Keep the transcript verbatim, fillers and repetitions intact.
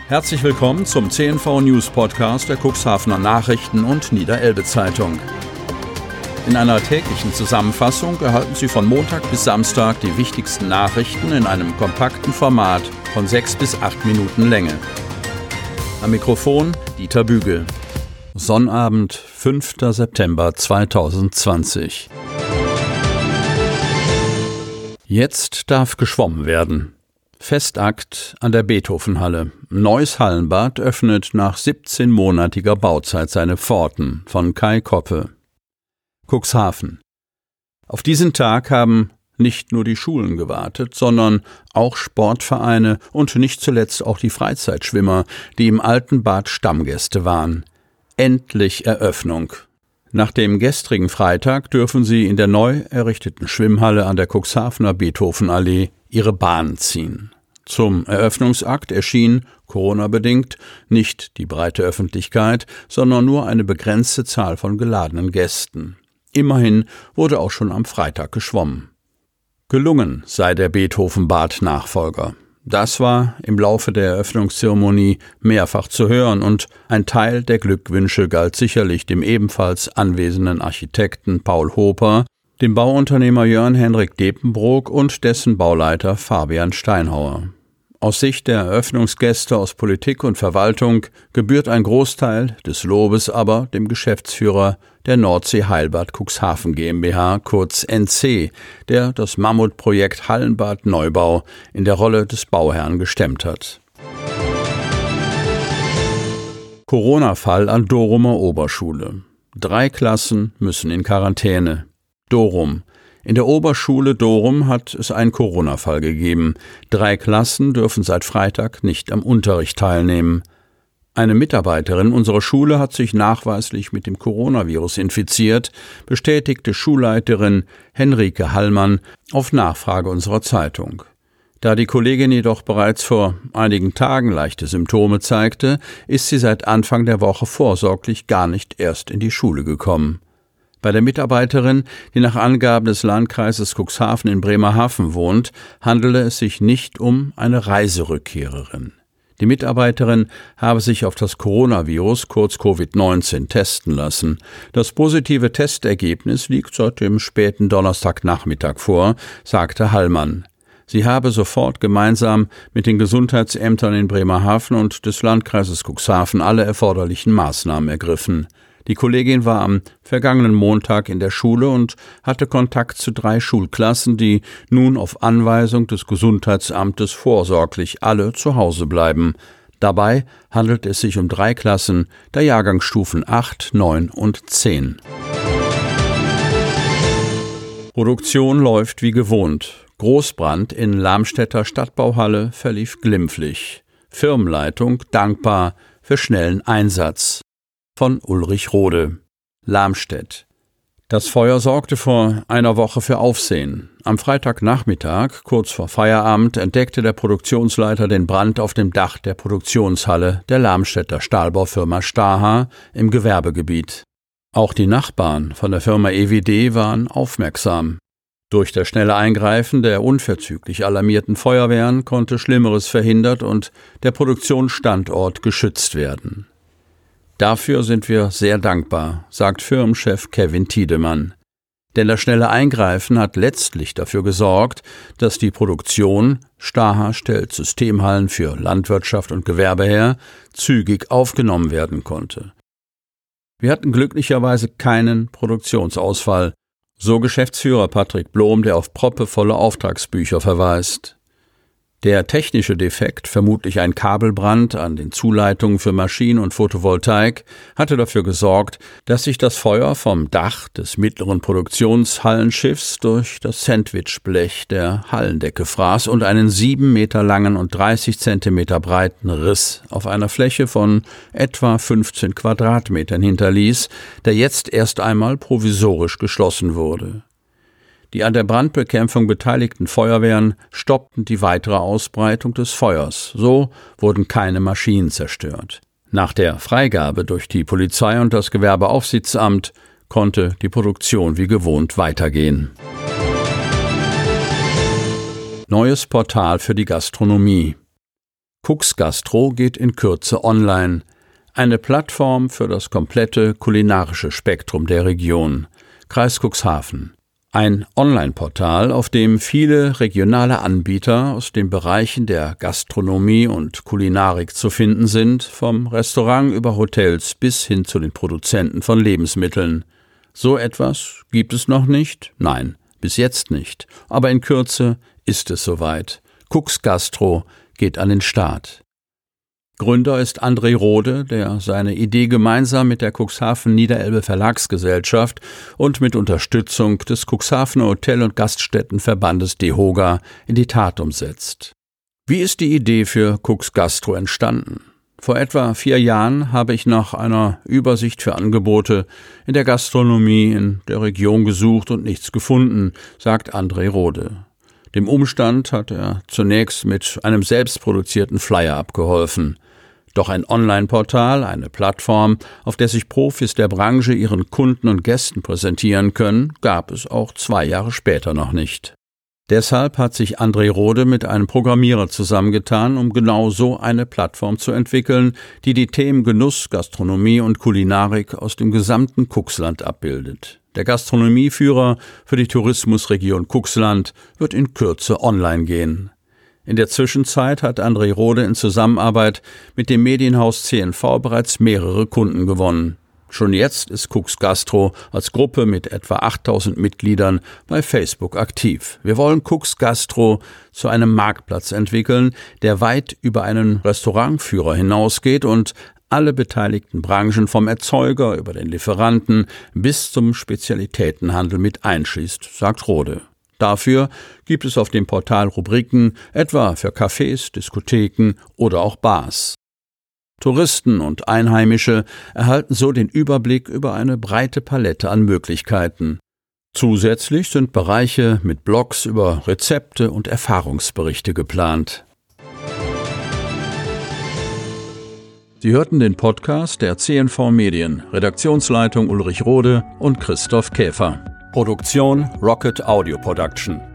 Herzlich willkommen zum C N V News Podcast der Cuxhavener Nachrichten und Niederelbe Zeitung. In einer täglichen Zusammenfassung erhalten Sie von Montag bis Samstag die wichtigsten Nachrichten in einem kompakten Format von sechs bis acht Minuten Länge. Am Mikrofon Dieter Bügel. Sonnabend, fünfter September zweitausendzwanzig. Jetzt darf geschwommen werden. Festakt an der Beethovenhalle. Neues Hallenbad öffnet nach siebzehnmonatiger Bauzeit seine Pforten. Von Kai Koppe. Cuxhaven. Auf diesen Tag haben nicht nur die Schulen gewartet, sondern auch Sportvereine und nicht zuletzt auch die Freizeitschwimmer, die im alten Bad Stammgäste waren. Endlich Eröffnung. Nach dem gestrigen Freitag dürfen sie in der neu errichteten Schwimmhalle an der Cuxhavener Beethovenallee ihre Bahn ziehen. Zum Eröffnungsakt erschien, Corona-bedingt, nicht die breite Öffentlichkeit, sondern nur eine begrenzte Zahl von geladenen Gästen. Immerhin wurde auch schon am Freitag geschwommen. Gelungen sei der Beethoven-Bad-Nachfolger. Das war im Laufe der Eröffnungszeremonie mehrfach zu hören und ein Teil der Glückwünsche galt sicherlich dem ebenfalls anwesenden Architekten Paul Hoper, dem Bauunternehmer Jörn-Henrik Depenbrook und dessen Bauleiter Fabian Steinhauer. Aus Sicht der Eröffnungsgäste aus Politik und Verwaltung gebührt ein Großteil des Lobes aber dem Geschäftsführer der Nordsee Heilbad Cuxhaven GmbH, kurz N C, der das Mammutprojekt Hallenbad Neubau in der Rolle des Bauherrn gestemmt hat. Corona-Fall an Dorumer Oberschule. Drei Klassen müssen in Quarantäne. Dorum. In der Oberschule Dorum hat es einen Corona-Fall gegeben. Drei Klassen dürfen seit Freitag nicht am Unterricht teilnehmen. Eine Mitarbeiterin unserer Schule hat sich nachweislich mit dem Coronavirus infiziert, bestätigte Schulleiterin Henrike Hallmann auf Nachfrage unserer Zeitung. Da die Kollegin jedoch bereits vor einigen Tagen leichte Symptome zeigte, ist sie seit Anfang der Woche vorsorglich gar nicht erst in die Schule gekommen. Bei der Mitarbeiterin, die nach Angaben des Landkreises Cuxhaven in Bremerhaven wohnt, handele es sich nicht um eine Reiserückkehrerin. Die Mitarbeiterin habe sich auf das Coronavirus, kurz Covid neunzehn, testen lassen. Das positive Testergebnis liegt seit dem späten Donnerstagnachmittag vor, sagte Hallmann. Sie habe sofort gemeinsam mit den Gesundheitsämtern in Bremerhaven und des Landkreises Cuxhaven alle erforderlichen Maßnahmen ergriffen. Die Kollegin war am vergangenen Montag in der Schule und hatte Kontakt zu drei Schulklassen, die nun auf Anweisung des Gesundheitsamtes vorsorglich alle zu Hause bleiben. Dabei handelt es sich um drei Klassen der Jahrgangsstufen acht, neun und zehn. Produktion läuft wie gewohnt. Großbrand in Lamstädter Stadtbauhalle verlief glimpflich. Firmenleitung dankbar für schnellen Einsatz. Von Ulrich Rode. Lamstedt. Das Feuer sorgte vor einer Woche für Aufsehen. Am Freitagnachmittag, kurz vor Feierabend, entdeckte der Produktionsleiter den Brand auf dem Dach der Produktionshalle der Lamstädter Stahlbaufirma Staha im Gewerbegebiet. Auch die Nachbarn von der Firma E W D waren aufmerksam. Durch das schnelle Eingreifen der unverzüglich alarmierten Feuerwehren konnte Schlimmeres verhindert und der Produktionsstandort geschützt werden. Dafür sind wir sehr dankbar, sagt Firmenchef Kevin Tiedemann. Denn das schnelle Eingreifen hat letztlich dafür gesorgt, dass die Produktion, Staha stellt Systemhallen für Landwirtschaft und Gewerbe her, zügig aufgenommen werden konnte. Wir hatten glücklicherweise keinen Produktionsausfall, so Geschäftsführer Patrick Blom, der auf proppevolle Auftragsbücher verweist. Der technische Defekt, vermutlich ein Kabelbrand an den Zuleitungen für Maschinen und Photovoltaik, hatte dafür gesorgt, dass sich das Feuer vom Dach des mittleren Produktionshallenschiffs durch das Sandwichblech der Hallendecke fraß und einen sieben Meter langen und dreißig Zentimeter breiten Riss auf einer Fläche von etwa fünfzehn Quadratmetern hinterließ, der jetzt erst einmal provisorisch geschlossen wurde. Die an der Brandbekämpfung beteiligten Feuerwehren stoppten die weitere Ausbreitung des Feuers. So wurden keine Maschinen zerstört. Nach der Freigabe durch die Polizei und das Gewerbeaufsichtsamt konnte die Produktion wie gewohnt weitergehen. Neues Portal für die Gastronomie. Cooks Gastro geht in Kürze online. Eine Plattform für das komplette kulinarische Spektrum der Region. Kreis Cuxhaven. Ein Online-Portal, auf dem viele regionale Anbieter aus den Bereichen der Gastronomie und Kulinarik zu finden sind, vom Restaurant über Hotels bis hin zu den Produzenten von Lebensmitteln. So etwas gibt es noch nicht? Nein, bis jetzt nicht. Aber in Kürze ist es soweit. Cooks Gastro geht an den Start. Gründer ist André Rode, der seine Idee gemeinsam mit der Cuxhaven Niederelbe Verlagsgesellschaft und mit Unterstützung des Cuxhavener Hotel- und Gaststättenverbandes DEHOGA in die Tat umsetzt. Wie ist die Idee für Cooks Gastro entstanden? Vor etwa vier Jahren habe ich nach einer Übersicht für Angebote in der Gastronomie in der Region gesucht und nichts gefunden, sagt André Rode. Dem Umstand hat er zunächst mit einem selbstproduzierten Flyer abgeholfen. Doch ein Online-Portal, eine Plattform, auf der sich Profis der Branche ihren Kunden und Gästen präsentieren können, gab es auch zwei Jahre später noch nicht. Deshalb hat sich André Rode mit einem Programmierer zusammengetan, um genau so eine Plattform zu entwickeln, die die Themen Genuss, Gastronomie und Kulinarik aus dem gesamten Cuxland abbildet. Der Gastronomieführer für die Tourismusregion Cuxland wird in Kürze online gehen. In der Zwischenzeit hat André Rode in Zusammenarbeit mit dem Medienhaus C N V bereits mehrere Kunden gewonnen. Schon jetzt ist Cooks Gastro als Gruppe mit etwa achttausend Mitgliedern bei Facebook aktiv. Wir wollen Cooks Gastro zu einem Marktplatz entwickeln, der weit über einen Restaurantführer hinausgeht und alle beteiligten Branchen vom Erzeuger über den Lieferanten bis zum Spezialitätenhandel mit einschließt, sagt Rode. Dafür gibt es auf dem Portal Rubriken, etwa für Cafés, Diskotheken oder auch Bars. Touristen und Einheimische erhalten so den Überblick über eine breite Palette an Möglichkeiten. Zusätzlich sind Bereiche mit Blogs über Rezepte und Erfahrungsberichte geplant. Sie hörten den Podcast der C N V Medien, Redaktionsleitung Ulrich Rode und Christoph Käfer. Produktion Rocket Audio Production.